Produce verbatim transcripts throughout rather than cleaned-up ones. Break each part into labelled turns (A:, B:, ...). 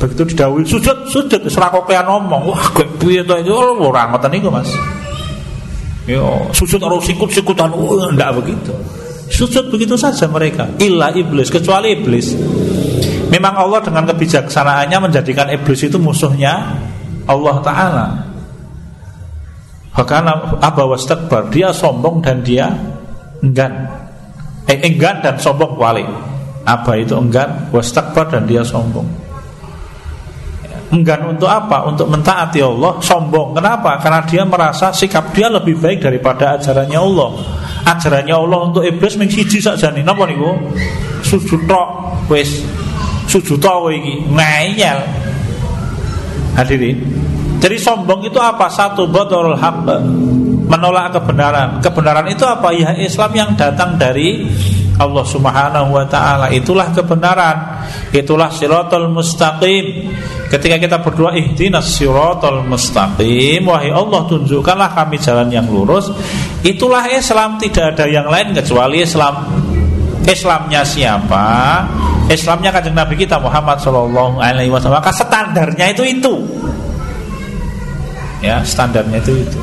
A: begitu didhawuhi sujud sujud wis ora kokean ngomong, wah kok piye to itu ora ngoten niku Mas. Yo sujud ora sikut-sikutan, oh, enggak begitu. Sujud begitu saja mereka, illa iblis, kecuali iblis. Memang Allah dengan kebijaksanaannya menjadikan iblis itu musuhnya Allah Ta'ala. Bahkan aba wastakbar, dia sombong dan dia enggan. Eh, enggan dan sombong kuali. Aba itu enggan, wastakbar dan dia sombong. Enggan untuk apa? Untuk mentaati Allah. Sombong, kenapa? Karena dia merasa sikap dia lebih baik daripada ajarannya Allah. Ajarannya Allah untuk iblis mung siji sakjane. Napa niku? Sujud tok wis. Sujud tok iki ngayal. Hadirin. Jadi sombong itu apa? Satu, batarul haq, menolak kebenaran. Kebenaran itu apa? Ya Islam yang datang dari Allah Subhanahu wa ta'ala. Itulah kebenaran. Itulah siratal mustaqim. Ketika kita berdoa ihdinas siratal mustaqim, wahai Allah tunjukkanlah kami jalan yang lurus. Itulah Islam, tidak ada yang lain kecuali Islam. Islamnya siapa? Islamnya Kanjeng Nabi kita Muhammad sallallahu alaihi wasallam. Maka standarnya itu itu. Ya, standarnya itu itu.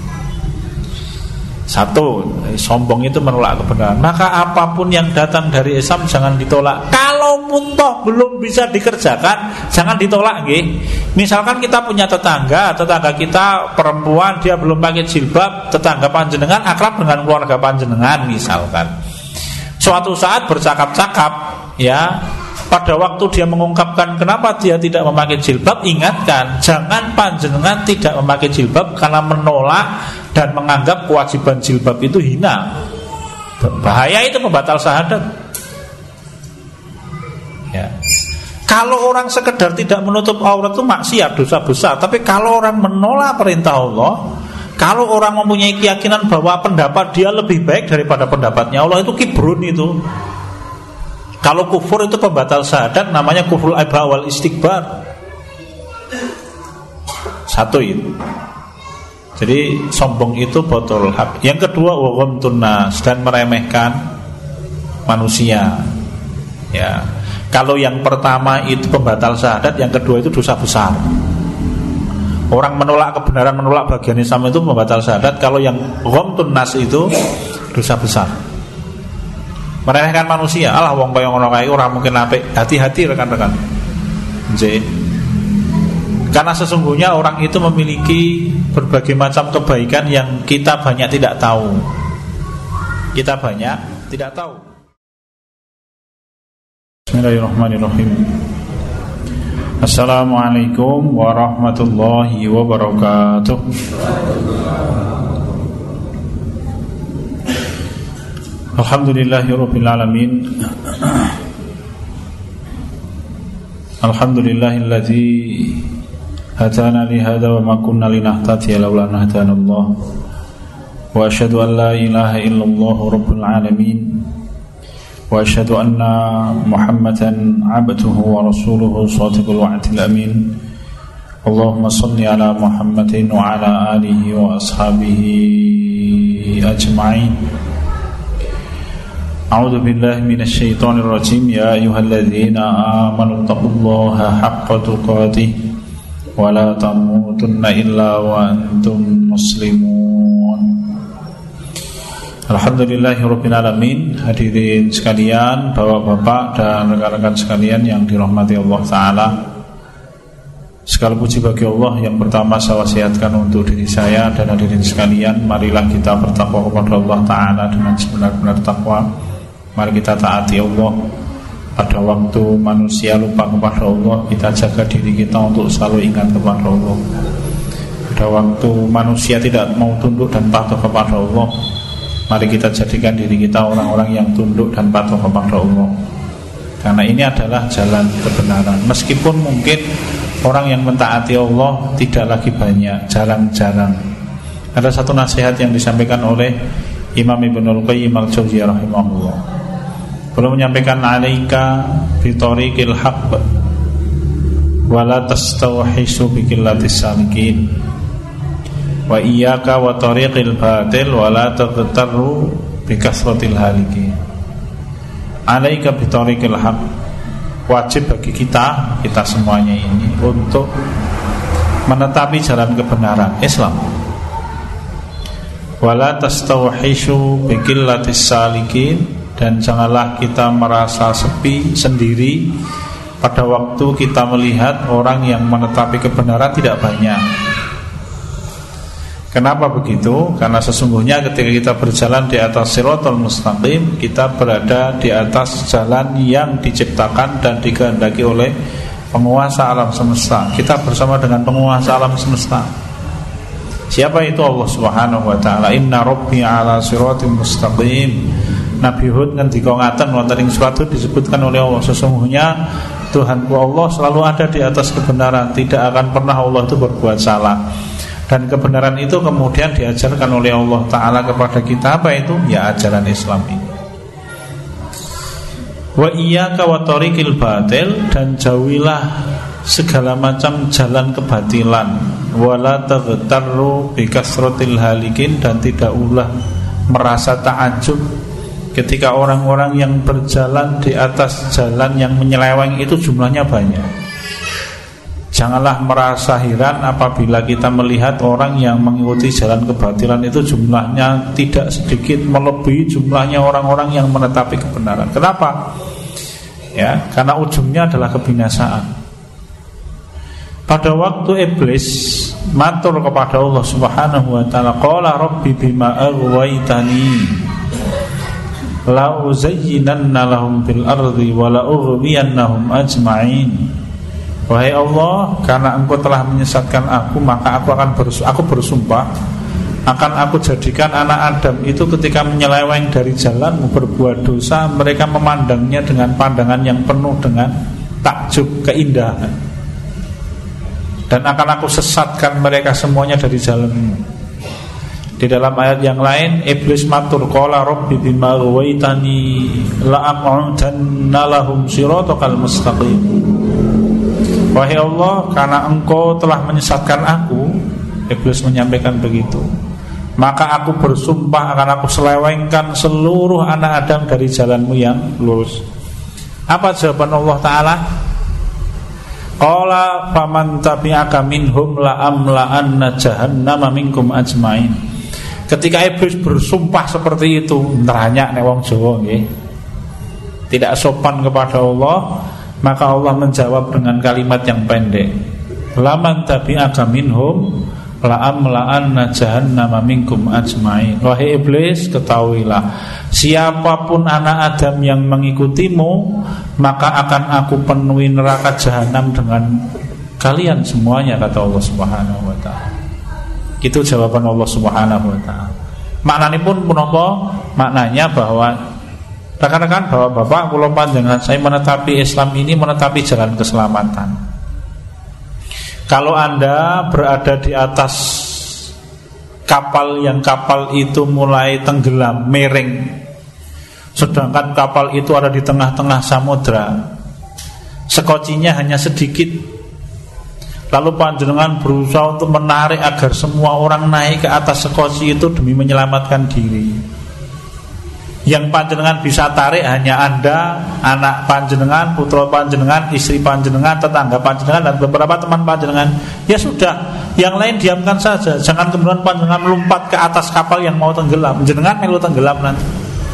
A: Satu, sombong itu menolak kebenaran. Maka apapun yang datang dari Islam jangan ditolak. Kalaupun toh belum bisa dikerjakan, jangan ditolak nggih. Misalkan kita punya tetangga, tetangga kita perempuan, dia belum pakai jilbab, tetangga panjenengan akrab dengan keluarga panjenengan misalkan. Suatu saat bercakap-cakap, ya, pada waktu dia mengungkapkan kenapa dia tidak memakai jilbab, ingatkan, jangan panjenengan tidak memakai jilbab karena menolak dan menganggap kewajiban jilbab itu hina. Bahaya itu, pembatal syahadat. Ya. Kalau orang sekedar tidak menutup aurat itu maksiat, dosa besar. Tapi kalau orang menolak perintah Allah, kalau orang mempunyai keyakinan bahwa pendapat dia lebih baik daripada pendapatnya Allah, itu kibrun itu. Kalau kufur itu pembatal syahadat, namanya kufrul iba wal istikbar. Satu itu. Jadi sombong itu batul haq. Yang kedua wa ghamtun nas, dan meremehkan manusia. Ya. Kalau yang pertama itu pembatal syahadat, yang kedua itu dosa besar. Orang menolak kebenaran, menolak bagian Islam itu pembatal syahadat. Kalau yang ghamtun nas itu dosa besar. Meremehkan manusia. Alah wong kaya ngono kae ora mungkin apik. Hati-hati rekan-rekan. Nggih. Karena sesungguhnya orang itu memiliki berbagai macam kebaikan yang kita banyak tidak tahu. Kita banyak tidak tahu. Bismillahirrahmanirrahim. Assalamualaikum warahmatullahi wabarakatuh. Alhamdulillahirabbil alamin. Alhamdulillahilladzi hadana li hadza wa ma kunna linahtadiya laula an hadana Allah. Wa asyhadu an la ilaha illallah rabbul alamin. Wa asyhadu anna Muhammadan 'abduhu wa rasuluhu shadiqul wa'dil amin. Allahumma shalli ala Muhammadin wa ala alihi wa ashabihi ajma'in. A'udzu billahi minasy syaithanir rajim. Ya ayyuhalladzina amanu taqullaha haqqa tuqatih wa la tamutunna illa wa antum muslimun. Alhamdulillahirabbil alamin. Hadirin sekalian, bapak-bapak dan rekan-rekan sekalian yang dirahmati Allah taala. Segala puji bagi Allah. Yang pertama saya wasiatkan untuk diri saya dan hadirin sekalian, marilah kita bertakwa kepada Allah taala dengan sebenar-benar takwa. Mari kita taati Allah. Pada waktu manusia lupa kepada Allah, kita jaga diri kita untuk selalu ingat kepada Allah. Pada waktu manusia tidak mau tunduk dan patuh kepada Allah, mari kita jadikan diri kita orang-orang yang tunduk dan patuh kepada Allah. Karena ini adalah jalan kebenaran. Meskipun mungkin orang yang mentaati Allah tidak lagi banyak, jarang-jarang. Ada satu nasihat yang disampaikan oleh Imam Ibnul Qayyim al-Jauziyah rahimahullah. Beliau menyampaikan, alaika bi tariqil haqq wa la tastawhisu bi qillatis salikin, wa iyyaka wa tariqil batil wa la taghtarru bi kasratil halikin. Alaika bi tariqil haqq, wajib bagi kita, kita semuanya ini untuk menetapi jalan kebenaran Islam. Wala tastawhishu biqillatis salikin, dan janganlah kita merasa sepi sendiri pada waktu kita melihat orang yang menetapi kebenaran tidak banyak. Kenapa begitu? Karena sesungguhnya ketika kita berjalan di atas Shiratal Mustaqim, kita berada di atas jalan yang diciptakan dan dikehendaki oleh penguasa alam semesta. Kita bersama dengan penguasa alam semesta. Siapa itu? Allah Subhanahu wa taala. Inna rabbi ala siratim mustaqim. Nabi Hud ngendika ngaten wonten ing surat Hud disebutkan oleh Allah, sesungguhnya Tuhanku Allah selalu ada di atas kebenaran, tidak akan pernah Allah itu berbuat salah. Dan kebenaran itu kemudian diajarkan oleh Allah Ta'ala kepada kita. Apa itu? Ya ajaran Islam ini. Wa iyyaka wa tariqil batil, dan jauhilah segala macam jalan kebatilan. Wala taghtarru bi kasratil halikin, dan tidak ulah merasa takjub ketika orang-orang yang berjalan di atas jalan yang menyeleweng itu jumlahnya banyak. Janganlah merasa heran apabila kita melihat orang yang mengikuti jalan kebatilan itu jumlahnya tidak sedikit, melebihi jumlahnya orang-orang yang menetapi kebenaran. Kenapa? Ya, karena ujungnya adalah kebinasaan. Pada waktu iblis matur kepada Allah Subhanahu wa taala, qala rabbi bima aghwaytani la uzayyinanna lahum fil ardi wa la ughwiyannahum ajma'in. Wahai Allah, karena Engkau telah menyesatkan aku, maka aku akan bersu- aku bersumpah akan aku jadikan anak Adam itu ketika menyeleweng dari jalanmu berbuat dosa, mereka memandangnya dengan pandangan yang penuh dengan takjub, keindahan. Dan akan aku sesatkan mereka semuanya dari jalanmu. Di dalam ayat yang lain, iblis matur, qala rabbi bima aghwaytani la'aq'udanna lahum siratal mustaqim. Wahai Allah, karena Engkau telah menyesatkan aku, iblis menyampaikan begitu, maka aku bersumpah akan aku selewengkan seluruh anak Adam dari jalanmu yang lurus. Apa jawaban Allah Ta'ala? Qala faman tabi'aka minhum la'amla'anna jahannama minkum ajmain. Ketika iblis bersumpah seperti itu, neranya nek wong Jawa nggih, tidak sopan kepada Allah, maka Allah menjawab dengan kalimat yang pendek, laman tabi'aka minhum la'amla'anna jahannama minkum ajmain. Wahai iblis, ketahuilah, siapapun anak Adam yang mengikutimu, maka akan aku penuhi neraka jahanam dengan kalian semuanya, kata Allah Subhanahu wa taala. Itu jawaban Allah Subhanahu wa taala. Maknanya pun menapa? Maknanya bahwa rekan-rekan, bahwa Bapak kula panjenengan saya menetapi Islam ini menetapi jalan keselamatan. Kalau Anda berada di atas kapal yang kapal itu mulai tenggelam, miring, sedangkan kapal itu ada di tengah-tengah samudra, sekocinya hanya sedikit, lalu panjenengan berusaha untuk menarik agar semua orang naik ke atas sekoci itu demi menyelamatkan diri. Yang panjenengan bisa tarik hanya Anda, anak panjenengan, putra panjenengan, istri panjenengan, tetangga panjenengan, dan beberapa teman panjenengan. Ya sudah, yang lain diamkan saja. Jangan kemudian panjenengan lompat ke atas kapal yang mau tenggelam. Jenengan melu tenggelam nanti.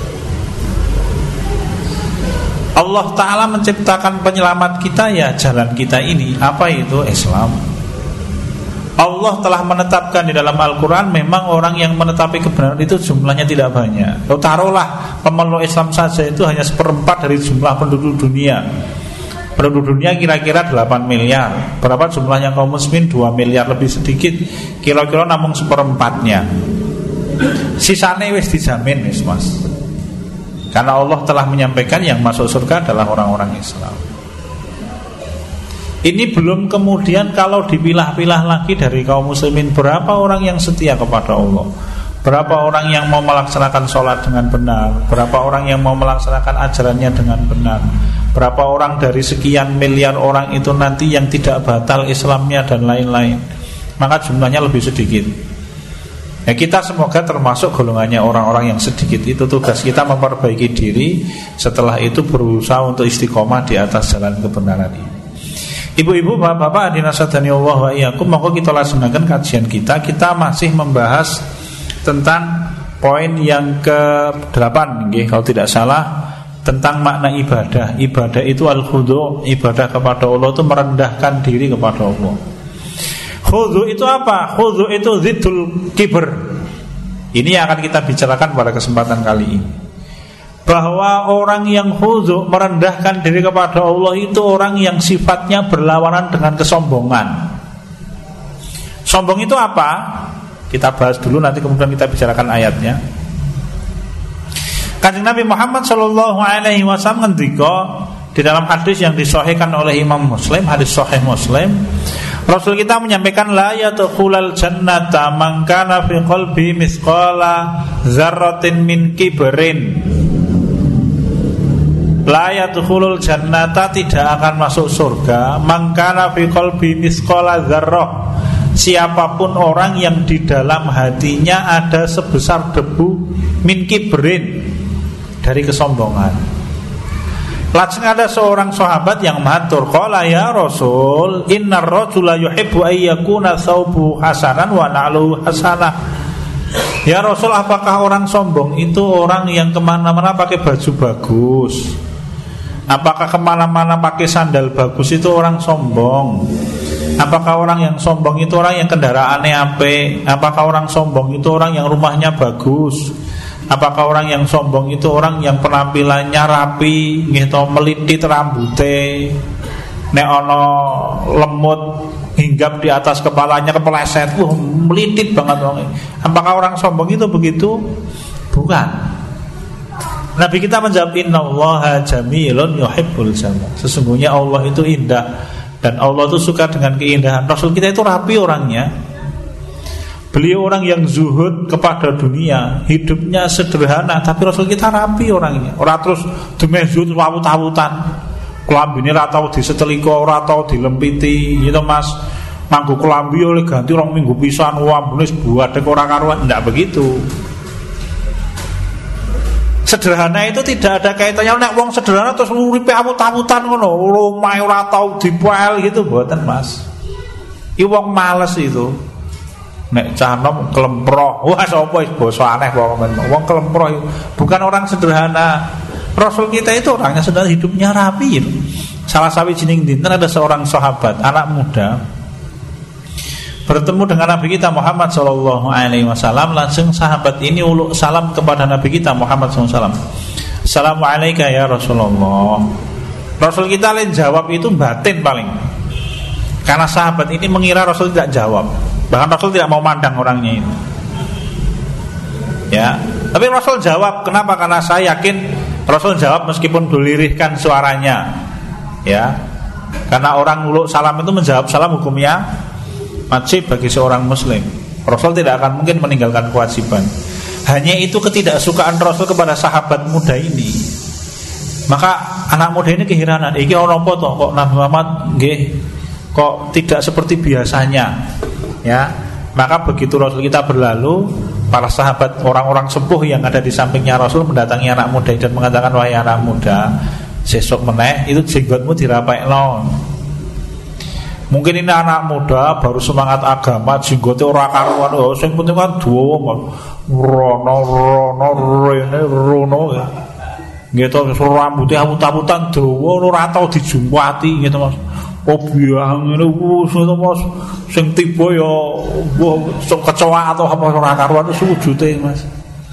A: Allah Ta'ala menciptakan penyelamat kita, ya jalan kita ini. Apa itu? Islam. Allah telah menetapkan di dalam Al-Quran, memang orang yang menetapi kebenaran itu jumlahnya tidak banyak. Kalau taruhlah pemeluk Islam saja itu hanya seperempat dari jumlah penduduk dunia. Penduduk dunia kira-kira delapan miliar. Berapa jumlahnya kaum muslimin? dua miliar lebih sedikit. Kira-kira namun seperempatnya. Sisanya wis dijamin wis mas. Karena Allah telah menyampaikan yang masuk surga adalah orang-orang Islam. Ini belum kemudian kalau dipilah-pilah lagi dari kaum muslimin, berapa orang yang setia kepada Allah, berapa orang yang mau melaksanakan sholat dengan benar, berapa orang yang mau melaksanakan ajarannya dengan benar, berapa orang dari sekian miliar orang itu nanti yang tidak batal Islamnya dan lain-lain. Maka jumlahnya lebih sedikit. Ya, kita semoga termasuk golongannya orang-orang yang sedikit itu. Tugas kita memperbaiki diri, setelah itu berusaha untuk istiqomah di atas jalan kebenaran ini. Ibu-ibu, bapak-bapak, adinasadani Allah wa iyyakum, maka kita laksanakan kajian kita. Kita masih membahas tentang poin yang ke delapan, kalau tidak salah, tentang makna ibadah. Ibadah itu al-khudu', ibadah kepada Allah itu merendahkan diri kepada Allah. Khudu' itu apa? Khudu' itu ziddul kibr. Ini yang akan kita bicarakan pada kesempatan kali ini, bahwa orang yang khudu', merendahkan diri kepada Allah, itu orang yang sifatnya berlawanan dengan kesombongan. Sombong itu apa? Kita bahas dulu, nanti kemudian kita bicarakan ayatnya. Kanjeng Nabi Muhammad sallallahu alaihi wasallam ngendika di dalam hadis yang disahihkan oleh Imam Muslim, hadis sahih Muslim, Rasul kita menyampaikan, la yadkhulul jannata man kana fi qalbi mithqala dzarratin min kibrin. La yadkhulul jannata, tidak akan masuk surga, man kana fi qalbi mithqala dzarrah, siapapun orang yang di dalam hatinya ada sebesar debu min kibrin, dari kesombongan. Lajeng ada seorang sahabat yang matur, qala ya Rasul, innar rajula yuhibbu ay yakuna thawbu hasanan wa na'luhu hasanah. Ya Rasul, apakah orang sombong itu orang yang kemana-mana pakai baju bagus? Apakah kemana-mana pakai sandal bagus itu orang sombong? Apakah orang yang sombong itu orang yang kendaraannya apik? Apakah orang sombong itu orang yang rumahnya bagus? Apakah orang yang sombong itu orang yang penampilannya rapi, gitu, melitit rambutnya, nek ono lemut hinggap di atas kepalanya kepleset, wah melitit banget orang. Apakah orang sombong itu begitu? Bukan. Nabi kita menjawab, innallaha jamilun yuhibbul jamal. Sesungguhnya Allah itu indah dan Allah itu suka dengan keindahan. Rasul kita itu rapi orangnya. Beliau orang yang zuhud kepada dunia, hidupnya sederhana, tapi Rasul kita rapi orangnya. Ora terus demezut wawut-wawutan. Klambine ora tau disetelika, ora tau dilempiti, gitu Mas. Manggo klambi oleh ganti rong minggu pisan, ambune buadek ora karuan, ndak begitu. Sederhana itu tidak ada kaitannya. Nek wong sederhana terus uripe awut-awutan ngono, omahe ora tau dipel gitu, mboten Mas. Iki wong males itu. Nek canom kelemproh, wah sapa basa aneh pokoke. Wong kelemproh bukan orang sederhana. Rasul kita itu orangnya sederhana, hidupnya rapi. Salah sawijining dinten ada seorang sahabat, anak muda, bertemu dengan Nabi kita Muhammad sallallahu alaihi wasallam. Langsung sahabat ini uluk salam kepada Nabi kita Muhammad sallallahu alaihi wasallam. Assalamualaikum ya Rasulullah. Rasul kita lain jawab itu batin paling, karena sahabat ini mengira Rasul tidak jawab. Bahkan Rasul tidak mau mandang orangnya ini. Ya, tapi Rasul jawab. Kenapa? Karena saya yakin Rasul jawab meskipun dilirihkan suaranya. Ya, karena orang uluk salam itu menjawab salam hukumnya wajib bagi seorang muslim. Rasul tidak akan mungkin meninggalkan kewajiban. Hanya itu ketidaksukaan Rasul kepada sahabat muda ini. Maka anak muda ini keheranan. Iki ono apa toh kok Nabi Muhammad nggih kok tidak seperti biasanya. Ya, maka begitu Rasul kita berlalu, para sahabat orang-orang sepuh yang ada di sampingnya Rasul mendatangi anak muda dan mengatakan, wahai anak muda, sesuk meneh itu jenggotmu dirapekno. Mungkin ini anak muda baru semangat agama, jenggotnya ora karuan, oh sing penting kan dawa, rono rono rene rono ya. Gitu, rambutnya awut-awutan dawa ora tau dijumpati gitu Mas. Oh biang ini wus itu Mas, sing tiba ya sok kecoa atau apa ora karuan itu wujute Mas.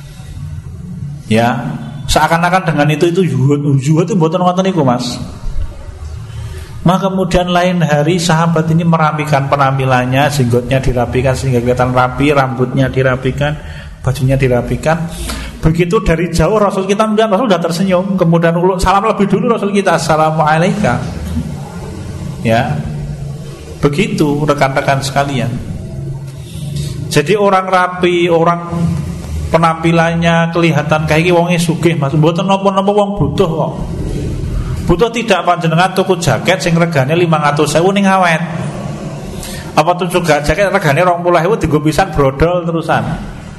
A: Ya, seakan-akan dengan itu itu zuhud, zuhud itu mboten ngoten niku Mas. Maka kemudian lain hari sahabat ini merapikan penampilannya, jenggotnya dirapikan sehingga kelihatan rapi, rambutnya dirapikan, bajunya dirapikan. Begitu dari jauh Rasul kita melihat, Rasul sudah tersenyum. Kemudian salam lebih dulu Rasul kita, assalamualaikum. Ya, begitu rekan-rekan sekalian. Jadi orang rapi, orang penampilannya kelihatan kayak iki wonge sugih Mas. Mboten napa-napa wong butuh kok. Butuh tidak panjenengan tuku jaket sing regane lima ratus ribu ning awet. Apa tuku jaket regane dua puluh ribu dienggo pisan brodol terusan.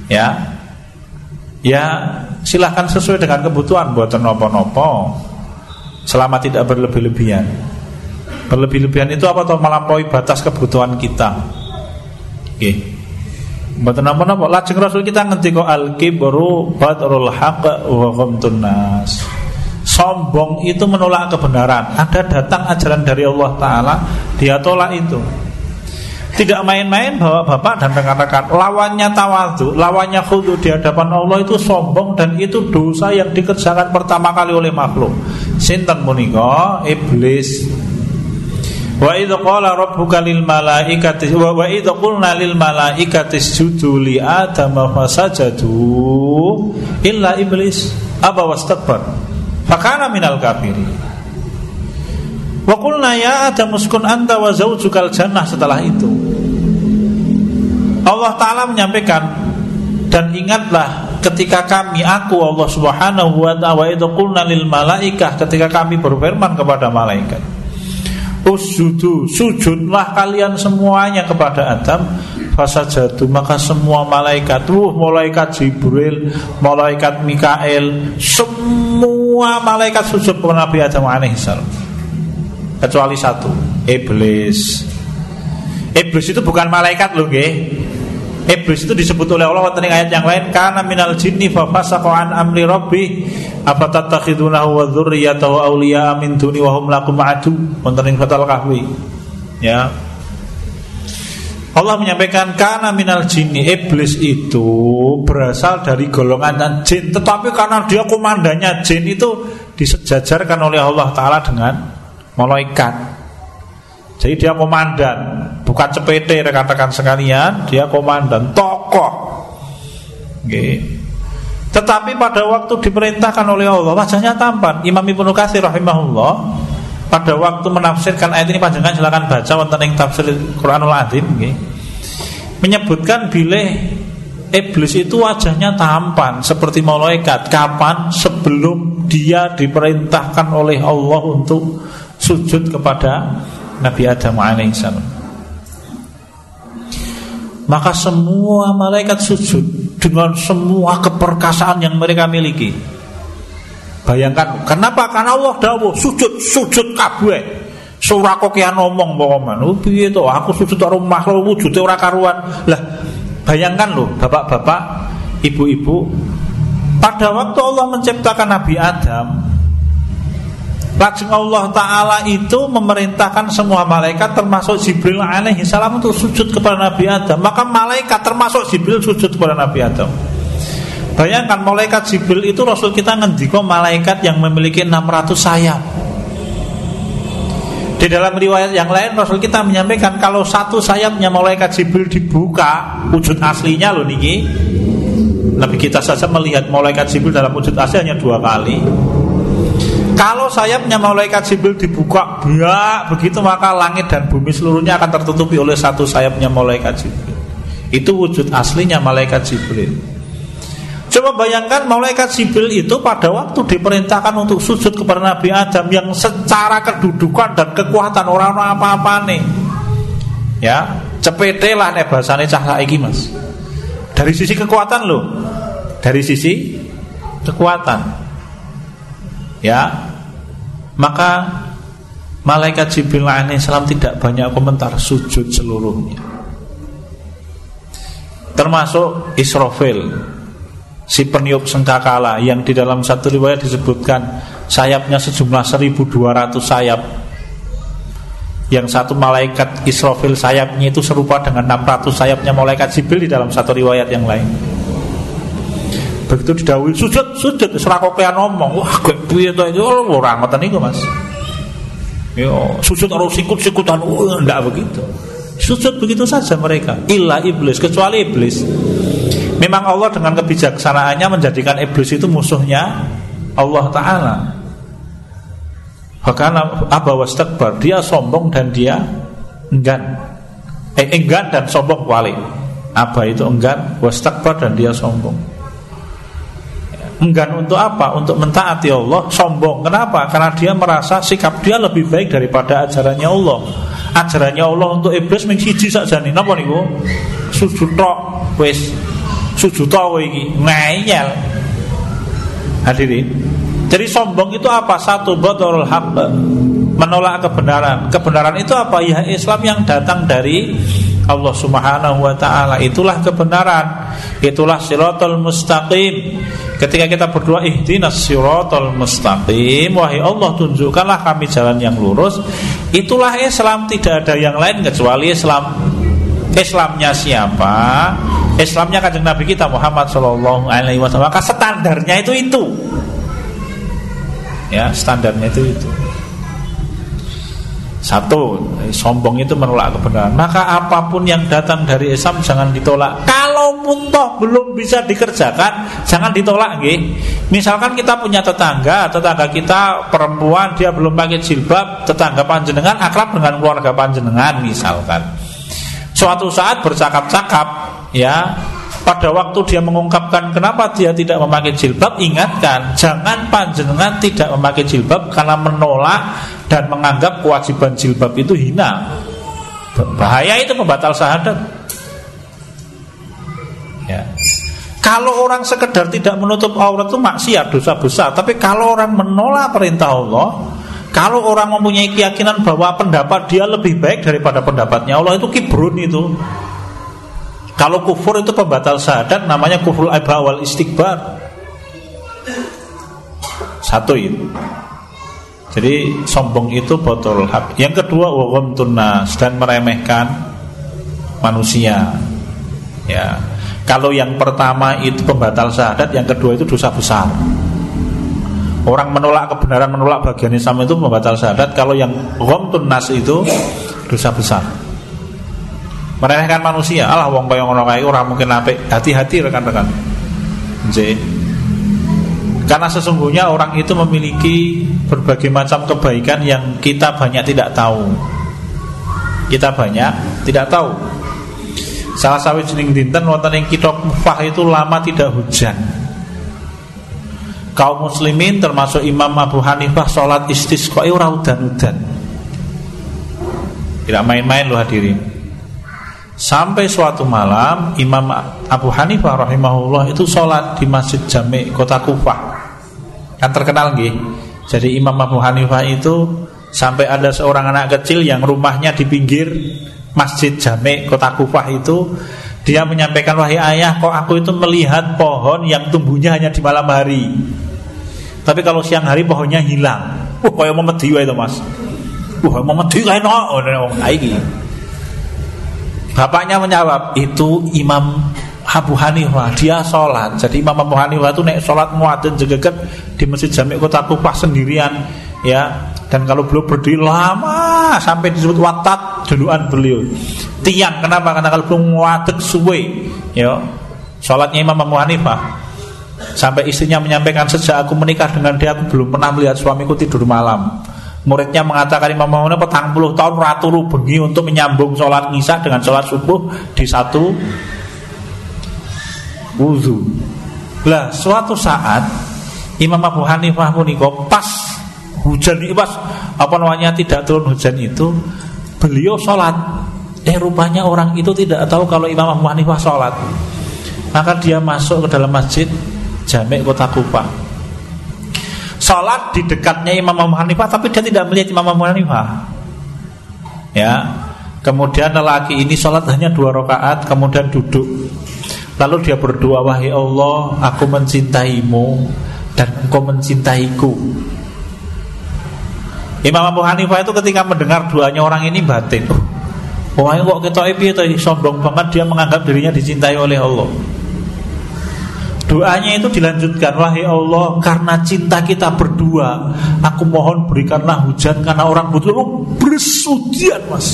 A: Ya. Ya, silahkan sesuai dengan kebutuhan, buatan nopo-nopo. Selama tidak berlebih-lebihan. Berlebih-lebihan itu apa? Atau melampaui batas kebutuhan kita. Oke. Buatan nopo-nopo. Lajeng Rasul kita ngendika al-kibru batrul haqq wa ghamtun nas. Sombong itu menolak kebenaran. Ada datang ajaran dari Allah Ta'ala, dia tolak itu. Tidak main-main bapak-bapak dan rekan-rekan. Lawannya tawadhu, lawannya khudu di hadapan Allah itu sombong, dan itu dosa yang dikerjakan pertama kali oleh makhluk. Sinten punika? Iblis. Wa idz qala rabbuka lil malaikati wa idz qulna lil malaikati isjudu li adama fasajadu illa iblis aba wastakbar fakana minal kafirin. Wa qulna ya Adam uskun anta wa zaujukal jannah. Setelah itu Allah Ta'ala menyampaikan, dan ingatlah ketika kami, aku Allah Subhanahu wa ta'ala, wa idz qulna lil malaikah, ketika kami berfirman kepada malaikat, usjudu, sujudlah kalian semuanya kepada Adam. Fasajadu, maka semua malaikat, uh, malaikat Jibril, malaikat Mikail, semua malaikat sujud kepada Nabi Adam alaihissalam, kecuali satu, iblis. Iblis itu bukan malaikat loh, nggih. Iblis itu disebut oleh Allah wonten ing ayat yang lain, kana minal jinni fa fasaqa an amri rabbi afatattakhidunahu wa dzurriyyatahu awliya min duni wa hum lakum adu. Wonten ing Fathul Kahfi. Ya. Allah menyampaikan kana minal jinni, iblis itu berasal dari golongan jin, tetapi karena dia komandannya jin itu disejajarkan oleh Allah Ta'ala dengan malaikat. Jadi dia komandan, bukan cepete rekan-rekan sekalian, dia komandan, tokoh. Oke. Tetapi pada waktu diperintahkan oleh Allah, wajahnya tampan. Imam Ibnu Katsir rahimahullah pada waktu menafsirkan ayat ini, panjenengan silakan baca wonten ing tafsir Quranul Azim, okay, menyebutkan bilih iblis itu wajahnya tampan seperti malaikat. Kapan? Sebelum dia diperintahkan oleh Allah untuk sujud kepada Nabi Adam alaihissalam. Maka semua malaikat sujud dengan semua keperkasaan yang mereka miliki. Bayangkan, kenapa? Karena Allah dawuh sujud, sujud kabeh. Surah kok kian ngomong pokoke. Oh piye to, aku sujud karo makhluk wujude ora karuan. Lah, bayangkan loh, bapak-bapak, ibu-ibu, pada waktu Allah menciptakan Nabi Adam, lajeng Allah Ta'ala itu memerintahkan semua malaikat termasuk Jibril alaihi salam untuk sujud kepada Nabi Adam. Maka malaikat termasuk Jibril sujud kepada Nabi Adam. Bayangkan, malaikat Jibril itu Rasul kita ngendika malaikat yang memiliki enam ratus sayap. Di dalam riwayat yang lain Rasul kita menyampaikan kalau satu sayapnya malaikat Jibril dibuka, wujud aslinya loh niki, Nabi kita saja melihat malaikat Jibril dalam wujud asli hanya dua kali. Kalau sayapnya malaikat Jibril dibuka, ya, begitu maka langit dan bumi seluruhnya akan tertutupi oleh satu sayapnya malaikat Jibril. Itu wujud aslinya malaikat Jibril. Coba bayangkan, malaikat Jibril itu pada waktu diperintahkan untuk sujud kepada Nabi Adam yang secara kedudukan dan kekuatan orang-orang apa-apa nih, ya, cepete lah nek bahasane cah saiki Mas. Dari sisi kekuatan loh, dari sisi kekuatan, ya. Maka malaikat Jibril alaihissalam tidak banyak komentar, sujud seluruhnya. Termasuk Israfil, si peniup sangkakala, yang di dalam satu riwayat disebutkan sayapnya sejumlah seribu dua ratus sayap. Yang satu malaikat Israfil sayapnya itu serupa dengan enam ratus sayapnya malaikat Jibril di dalam satu riwayat yang lain. Begitu didhawuhi sujud, sujud ora kok kaya ngomong, wah kok piye to itu ora ngoten niku Mas. Yo, sujud karo sikut-sikutan, oh, enggak begitu. Sujud begitu saja mereka, illa iblis, kecuali iblis. Memang Allah dengan kebijaksanaannya menjadikan iblis itu musuhnya Allah Ta'ala. Bahkan aba wastakbar, dia sombong dan dia enggan. Eh enggan dan sombong wali. Aba itu enggan, wastakbar dan dia sombong. Enggan untuk apa? Untuk mentaati Allah. Sombong, kenapa? Karena dia merasa sikap dia lebih baik daripada ajarannya Allah. Ajarannya Allah untuk iblis mung siji sakjane. Napa niku? Sujud tok wis. sujuta kowe iki ngeyel. Hadirin, jadi sombong itu apa? Satu, batarul haq, menolak kebenaran. Kebenaran itu apa? Ya Islam yang datang dari Allah Subhanahu wa ta'ala. Itulah kebenaran, itulah siratal mustaqim. Ketika kita berdoa ihdinas siratal mustaqim, wahai Allah tunjukkanlah kami jalan yang lurus, itulah Islam. Tidak ada yang lain kecuali Islam. Islamnya siapa? Islamnya Kanjeng Nabi kita Muhammad sallallahu alaihi wasallam. Maka standarnya itu itu. Ya, standarnya itu itu. Satu, sombong itu menolak kebenaran. Maka apapun yang datang dari Islam jangan ditolak. Kalaupun toh belum bisa dikerjakan, jangan ditolak nggih. Misalkan kita punya tetangga, tetangga kita perempuan, dia belum pakai jilbab, tetangga panjenengan akrab dengan keluarga panjenengan misalkan. Suatu saat bercakap-cakap, ya, pada waktu dia mengungkapkan kenapa dia tidak memakai jilbab, ingatkan, jangan panjenengan tidak memakai jilbab karena menolak dan menganggap kewajiban jilbab itu hina. Bahaya, itu pembatal syahadat. Ya. Kalau orang sekedar tidak menutup aurat itu maksiat, dosa besar. Tapi kalau orang menolak perintah Allah, kalau orang mempunyai keyakinan bahwa pendapat dia lebih baik daripada pendapatnya Allah, itu kibrun itu. Kalau kufur itu pembatal syahadat, namanya kufrul aiba wal istikbar. Satu itu. Jadi sombong itu batul haq. Yang kedua wa ghamtun nas, dan meremehkan manusia. Ya. Kalau yang pertama itu pembatal syahadat, yang kedua itu dosa besar. Orang menolak kebenaran, menolak bagian Islam itu pembatal syahadat. Kalau yang ghamtun nas itu dosa besar. Meremehkan manusia, alah wong kaya ngono kae ora mungkin apik. Hati-hati rekan-rekan. Nggih. Karena sesungguhnya orang itu memiliki berbagai macam kebaikan yang kita banyak tidak tahu. Kita banyak tidak tahu. Salah sawijining dinten wonten ing kitha Kufah itu lama tidak hujan. Kaum muslimin termasuk Imam Abu Hanifah salat istisqa ora udan-udan. Tidak main-main loh hadirin. Sampai suatu malam Imam Abu Hanifah rahimahullah itu sholat di Masjid Jami' kota Kufah. Kan terkenal nggih. Jadi Imam Abu Hanifah itu sampai ada seorang anak kecil yang rumahnya di pinggir Masjid Jami' kota Kufah itu, dia menyampaikan, wahai ayah, kok aku itu melihat pohon yang tumbuhnya hanya di malam hari, tapi kalau siang hari pohonnya hilang. Wah, kayak mau medhi wae to, Mas. Wah, mau medhi kae no. Iki. Bapaknya menjawab, itu Imam Abu Hanifah, dia sholat. Jadi Imam Abu Hanifah itu naik sholat muadzin jegeget di Masjid Jami' kota Kufah sendirian, ya. Dan kalau beliau berdiri lama sampai disebut watat duluan beliau. Tiang, kenapa? Karena kalau belum watak suwe, ya. Sholatnya Imam Abu Hanifah. Sampai istrinya menyampaikan, sejak aku menikah dengan dia, aku belum pernah melihat suamiku tidur malam. Muridnya mengatakan, Imam Abu Hanifah petang puluh tahun raturu bengi untuk menyambung sholat ngisah dengan sholat subuh di satu wudu. Lah suatu saat Imam Abu Hanifah punika pas hujan itu, pas apa namanya tidak turun hujan itu, beliau sholat. Eh rupanya orang itu tidak tahu kalau Imam Abu Hanifah sholat. Maka dia masuk ke dalam Masjid Jami' kota Kufah, sholat di dekatnya Imam Abu Hanifah, tapi dia tidak melihat Imam Abu Hanifah. Ya. Kemudian lelaki ini sholat hanya dua rakaat, kemudian duduk. Lalu dia berdoa, wahai Allah, aku mencintaimu dan engkau mencintaiku. Imam Abu Hanifah itu ketika mendengar doanya orang ini batin, oh, wahai kok ketoke piye to, sombong banget dia menganggap dirinya dicintai oleh Allah. Doanya itu dilanjutkan, wahai Allah, karena cinta kita berdua, aku mohon berikanlah hujan karena orang butuh. Oh, bersudian, Mas.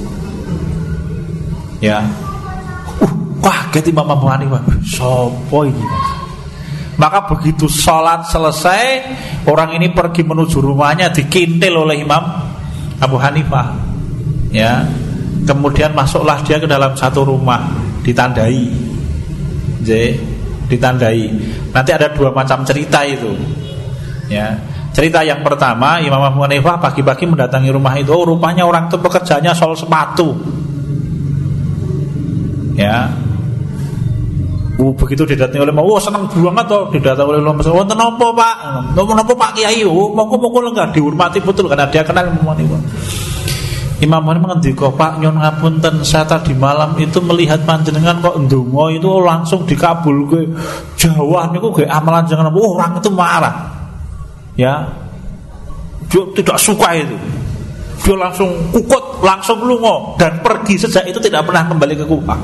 A: Ya. Uh, kaget Imam Abu Hanifah. Sopo ini, Mas? Maka begitu sholat selesai, orang ini pergi menuju rumahnya, dikintil oleh Imam Abu Hanifah. Ya. Kemudian masuklah dia ke dalam satu rumah, ditandai. Jadi ditandai. Nanti ada dua macam cerita itu. Ya. Cerita yang pertama, Imam Abu Hanifah pagi-pagi mendatangi rumah itu. Oh, rupanya orang itu pekerjaannya sol sepatu. Ya. Oh, begitu didatangi oleh Imam, oh senang banget toh didatangi oleh Imam. Wonten napa Pak? Napa Pak Kiai? Oh, monggo-monggo lenggah dihormati betul karena dia kenal Imam Hanifah. Imam Hanifah ngendika, Pak nyun ngapunten, saya tadi malam itu melihat panjenengan kok ndonga itu langsung dikabulke. Jawah niku ge amalan jangan oh, orang itu marah. Ya. Dia tidak suka itu. Dia langsung kukut, langsung lunga dan pergi sejak itu tidak pernah kembali ke Kufah.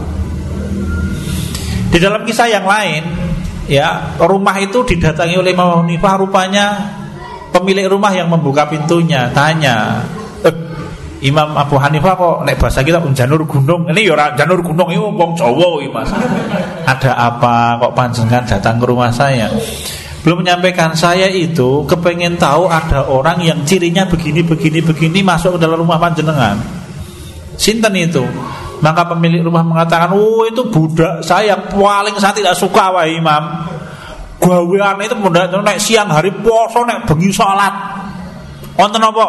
A: Di dalam kisah yang lain, ya, rumah itu didatangi oleh Imam Hanifah, rupanya pemilik rumah yang membuka pintunya, tanya, eh, Imam Abu Hanifah kok nek bahasa kita janur gunung. Ini ya janur gunung iki wong Jawa iki, Mas. Ada apa kok panjenengan datang ke rumah saya? Belum menyampaikan, saya itu kepengen tahu ada orang yang cirinya begini begini begini masuk ke dalam rumah panjenengan. Sinten itu? Maka pemilik rumah mengatakan, oh itu budak saya yang paling saya tidak suka wahai Imam. Gawean itu mudah nek siang hari poso nek bengi salat. Wonten apa?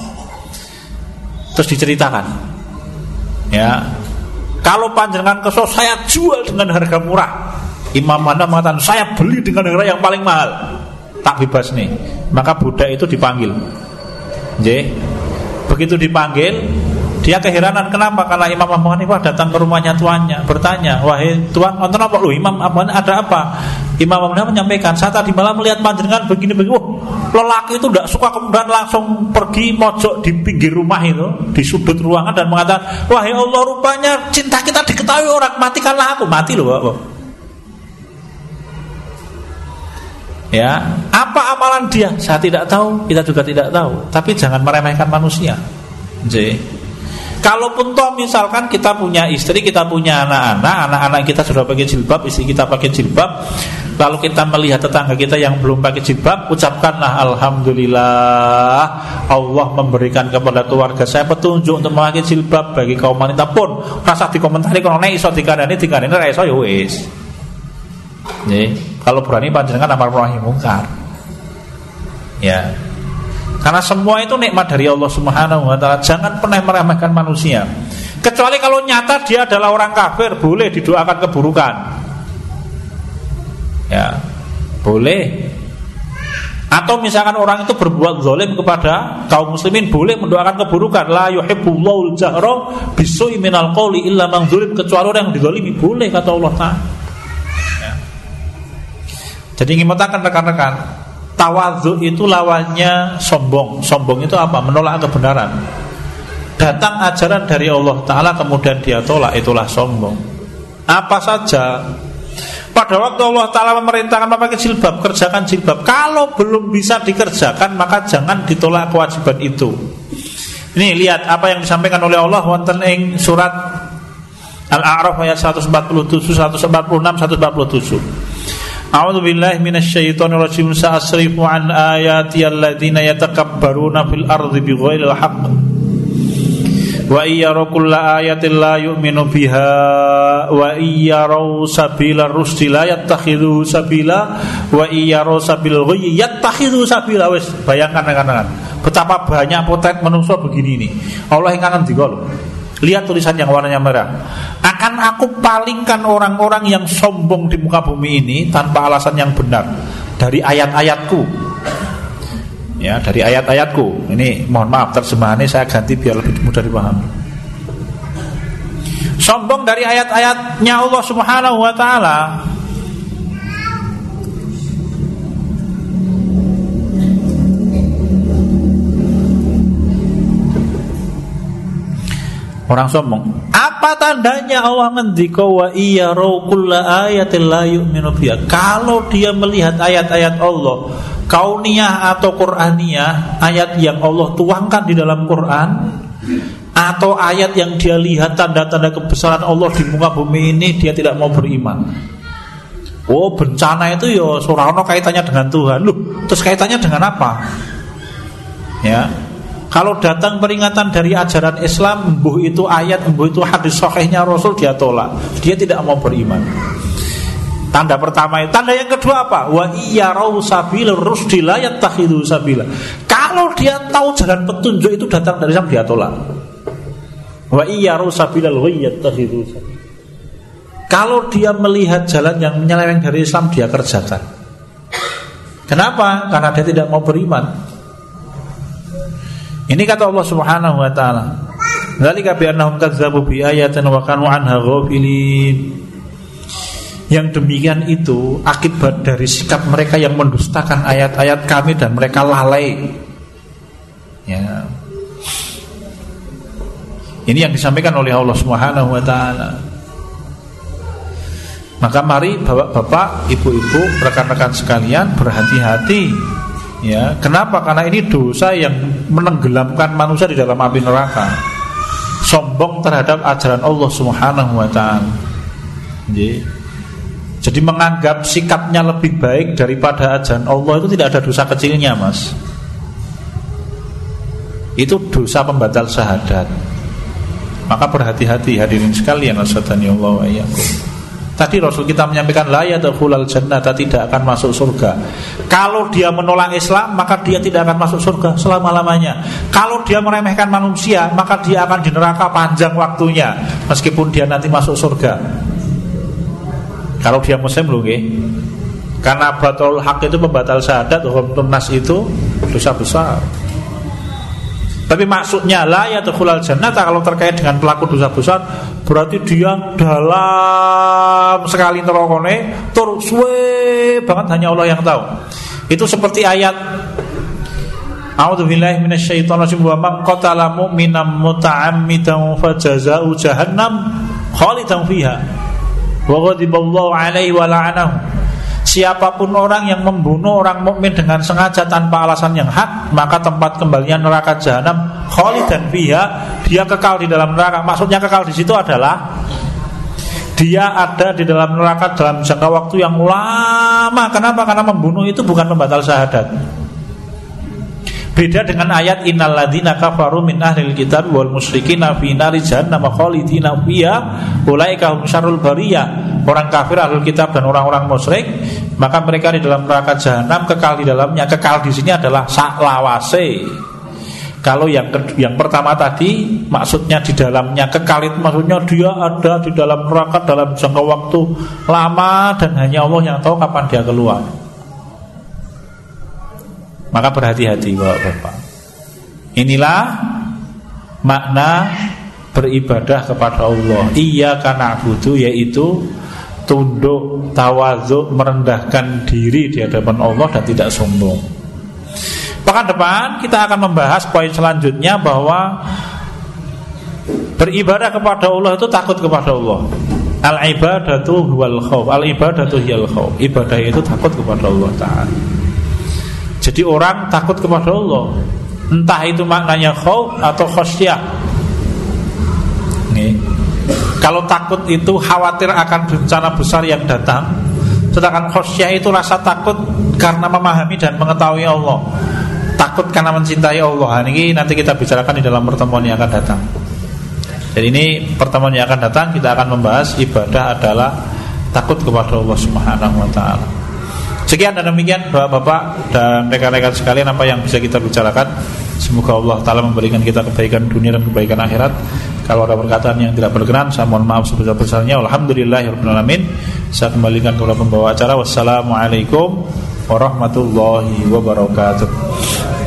A: Terus diceritakan. Ya. Kalau panjenengan kesel saya jual dengan harga murah. Imam Hanifah mengatakan saya beli dengan harga yang paling mahal. Tak bebas nih. Maka budak itu dipanggil. Nggih. Begitu dipanggil, dia keheranan kenapa? Karena Imam Abu Hanifah datang ke rumahnya tuannya, bertanya, wahai tuan, nonton apa lu? Imam Abu Hanifah ada apa? Imam Abu Hanifah menyampaikan, saya tadi malam melihat panjenengan begini-begini. Wah, lelaki itu tidak suka, kemudian langsung pergi mojok di pinggir rumah itu, di sudut ruangan dan mengatakan, wahai Allah, rupanya cinta kita diketahui orang, matikanlah aku. Mati loh, Pak. Ya, apa amalan dia? Saya tidak tahu, kita juga tidak tahu. Tapi jangan meremehkan manusia. Jadi, kalaupun toh misalkan kita punya istri, kita punya anak-anak, anak-anak kita sudah pakai jilbab, istri kita pakai jilbab, lalu kita melihat tetangga kita yang belum pakai jilbab, ucapkanlah alhamdulillah, Allah memberikan kepada keluarga saya petunjuk untuk memakai jilbab. Bagi kaum wanita pun rasa dikomentari kalau nek iso dikandani dikandani ra iso ya wis. Nggih, kalau berani panjenengan amar ma'ruf nahi munkar. Ya. Karena semua itu nikmat dari Allah Subhanahu wa taala. Jangan pernah meremehkan manusia. Kecuali kalau nyata dia adalah orang kafir, boleh didoakan keburukan. Ya, boleh. Atau misalkan orang itu berbuat zalim kepada kaum muslimin, boleh mendoakan keburukan. La yuhibbullahu al-jahra bisu'i minal qawli illa man zulim, kecuali orang yang dizalimi, boleh kata Allah Ta'ala. Ya. Jadi ingin mengatakan rekan-rekan, tawadhu itu lawannya sombong. Sombong itu apa? Menolak kebenaran. Datang ajaran dari Allah Ta'ala kemudian dia tolak, itulah sombong. Apa saja. Pada waktu Allah Ta'ala memerintahkan memakai jilbab, kerjakan jilbab. Kalau belum bisa dikerjakan, maka jangan ditolak kewajiban itu. Ini lihat apa yang disampaikan oleh Allah wonten ing surat Al-A'raf ayat seratus empat puluh tujuh, seratus empat puluh enam, seratus empat puluh tujuh. A'udzu billahi minasyaitonir rajim. Sa'asrifu an ayati alladziina yatakabbaruna fil ardi bighairil haqq wa iyyaraw kulla ayatin la yu'minu biha wa iyyaraw sabila rusdi la yattakhidhu sabila wa iyyaraw sabil ghayyi yattakhidhu sabila. Wis bayangkan rekan-rekan betapa banyak potret manusia begini ini. Allah yang kangen ngendika lho. Lihat tulisan yang warnanya merah. Akan aku palingkan orang-orang yang sombong di muka bumi ini tanpa alasan yang benar dari ayat-ayatku. Ya, dari ayat-ayatku. Ini mohon maaf terjemahannya saya ganti biar lebih mudah dipahami. Sombong dari ayat-ayatnya Allah Subhanahu wa taala. Orang sombong. Apa tandanya Allah ngendika wa iyyaraw kulla ayatin la yu'minu biha? Kalau dia melihat ayat-ayat Allah kauniyah atau Qur'aniyah, ayat yang Allah tuangkan di dalam Quran, atau ayat yang dia lihat tanda-tanda kebesaran Allah di muka bumi ini, dia tidak mau beriman. Oh, bencana itu ya ora ono kaitannya dengan Tuhan. Loh, terus kaitannya dengan apa? Ya. Kalau datang peringatan dari ajaran Islam, embuh itu ayat, embuh itu hadis sahihnya Rasul, dia tolak. Dia tidak mau beriman. Tanda pertama itu. Tanda yang kedua apa? Wa iyyaraw sabil rusdi la yattakhidhu sabila. Kalau dia tahu jalan petunjuk itu datang dari Islam, dia tolak. Wa iyyaraw sabilal ghayyi yattakhidhu sabila. Kalau dia melihat jalan yang menyeleweng dari Islam, dia kerjakan. Kenapa? Karena dia tidak mau beriman. Ini kata Allah Subhanahu wa taala, "Dzalika bi annahum kadzdzabu bi ayatina wa kanu anha ghafilin." Yang demikian itu akibat dari sikap mereka yang mendustakan ayat-ayat kami dan mereka lalai. Ya. Ini yang disampaikan oleh Allah Subhanahu wa taala. Maka mari bapak-bapak, ibu-ibu, rekan-rekan sekalian berhati-hati. Ya, kenapa? Karena ini dosa yang menenggelamkan manusia di dalam api neraka. Sombong terhadap ajaran Allah Subhanahu wa taala. Jadi menganggap sikapnya lebih baik daripada ajaran Allah itu tidak ada dosa kecilnya, Mas. Itu dosa pembatal syahadat. Maka berhati-hati hadirin sekalian, Allah wa iyyakum. Tadi Rasul kita menyampaikan la yadkhulul jannata, tidak akan masuk surga. Kalau dia menolak Islam, maka dia tidak akan masuk surga selama-lamanya. Kalau dia meremehkan manusia, maka dia akan di neraka panjang waktunya, meskipun dia nanti masuk surga. Kalau dia muslim loh, nggih. Karena batul hak itu pembatal syahadat, hukum nas itu dosa besar. Tapi maksudnya la yadkhulul jannata, kalau terkait dengan pelaku dosa besar, berarti dia dalam sekali nerokone, tur suwe banget, hanya Allah yang tahu. Itu seperti ayat A'udzubillahi minasyaitonirrajim, wa man qatala mu'minan muta'ammidan fajazaa'u jahannam khalidan fiha wa ghadiballahu 'alaihi wa la'anahu. Siapapun orang yang membunuh orang mukmin dengan sengaja tanpa alasan yang hak, maka tempat kembalinya neraka jahanam khalidan fiha, dia kekal di dalam neraka. Maksudnya kekal di situ adalah dia ada di dalam neraka dalam jangka waktu yang lama. Kenapa? Karena membunuh itu bukan pembatal syahadat. Beda dengan ayat innal ladzina kafaru min ahlil kitab wal musyrikina fi nari jahannam khalidina fiha ulaika hum syarrul bariyah. Orang kafir ahlul kitab dan orang-orang musyrik, maka mereka di dalam neraka jahanam kekal di dalamnya. Kekal di sini adalah saklawase. Kalau yang yang pertama tadi maksudnya di dalamnya kekal itu maksudnya dia ada di dalam neraka dalam jangka waktu lama dan hanya Allah yang tahu kapan dia keluar. Maka berhati-hati Bapak-bapak. Inilah makna beribadah kepada Allah. Iyyaka na'budu, yaitu tunduk, tawadhu, merendahkan diri di hadapan Allah dan tidak sombong. Pekan depan kita akan membahas poin selanjutnya, bahwa beribadah kepada Allah itu takut kepada Allah. Al-ibadatu wal khauf, al-ibadatu hiyal khauf. Ibadah itu takut kepada Allah Ta'ala. Jadi orang takut kepada Allah, entah itu maknanya khauf atau khasyah. Nih, kalau takut itu khawatir akan bencana besar yang datang, sedangkan khasyah itu rasa takut karena memahami dan mengetahui Allah, takut karena mencintai Allah. Ini nanti kita bicarakan di dalam pertemuan yang akan datang. Jadi ini pertemuan yang akan datang kita akan membahas ibadah adalah takut kepada Allah Subhanahu wa taala. Sekian dan demikian Bapak-bapak dan rekan-rekan sekalian apa yang bisa kita bicarakan. Semoga Allah Ta'ala memberikan kita kebaikan dunia dan kebaikan akhirat. Kalau ada perkataan yang tidak berkenan, saya mohon maaf sebesar-besarnya. Alhamdulillahirabbil alamin. Saya kembalikan kepada pembawa acara. Wassalamualaikum warahmatullahi wabarakatuh.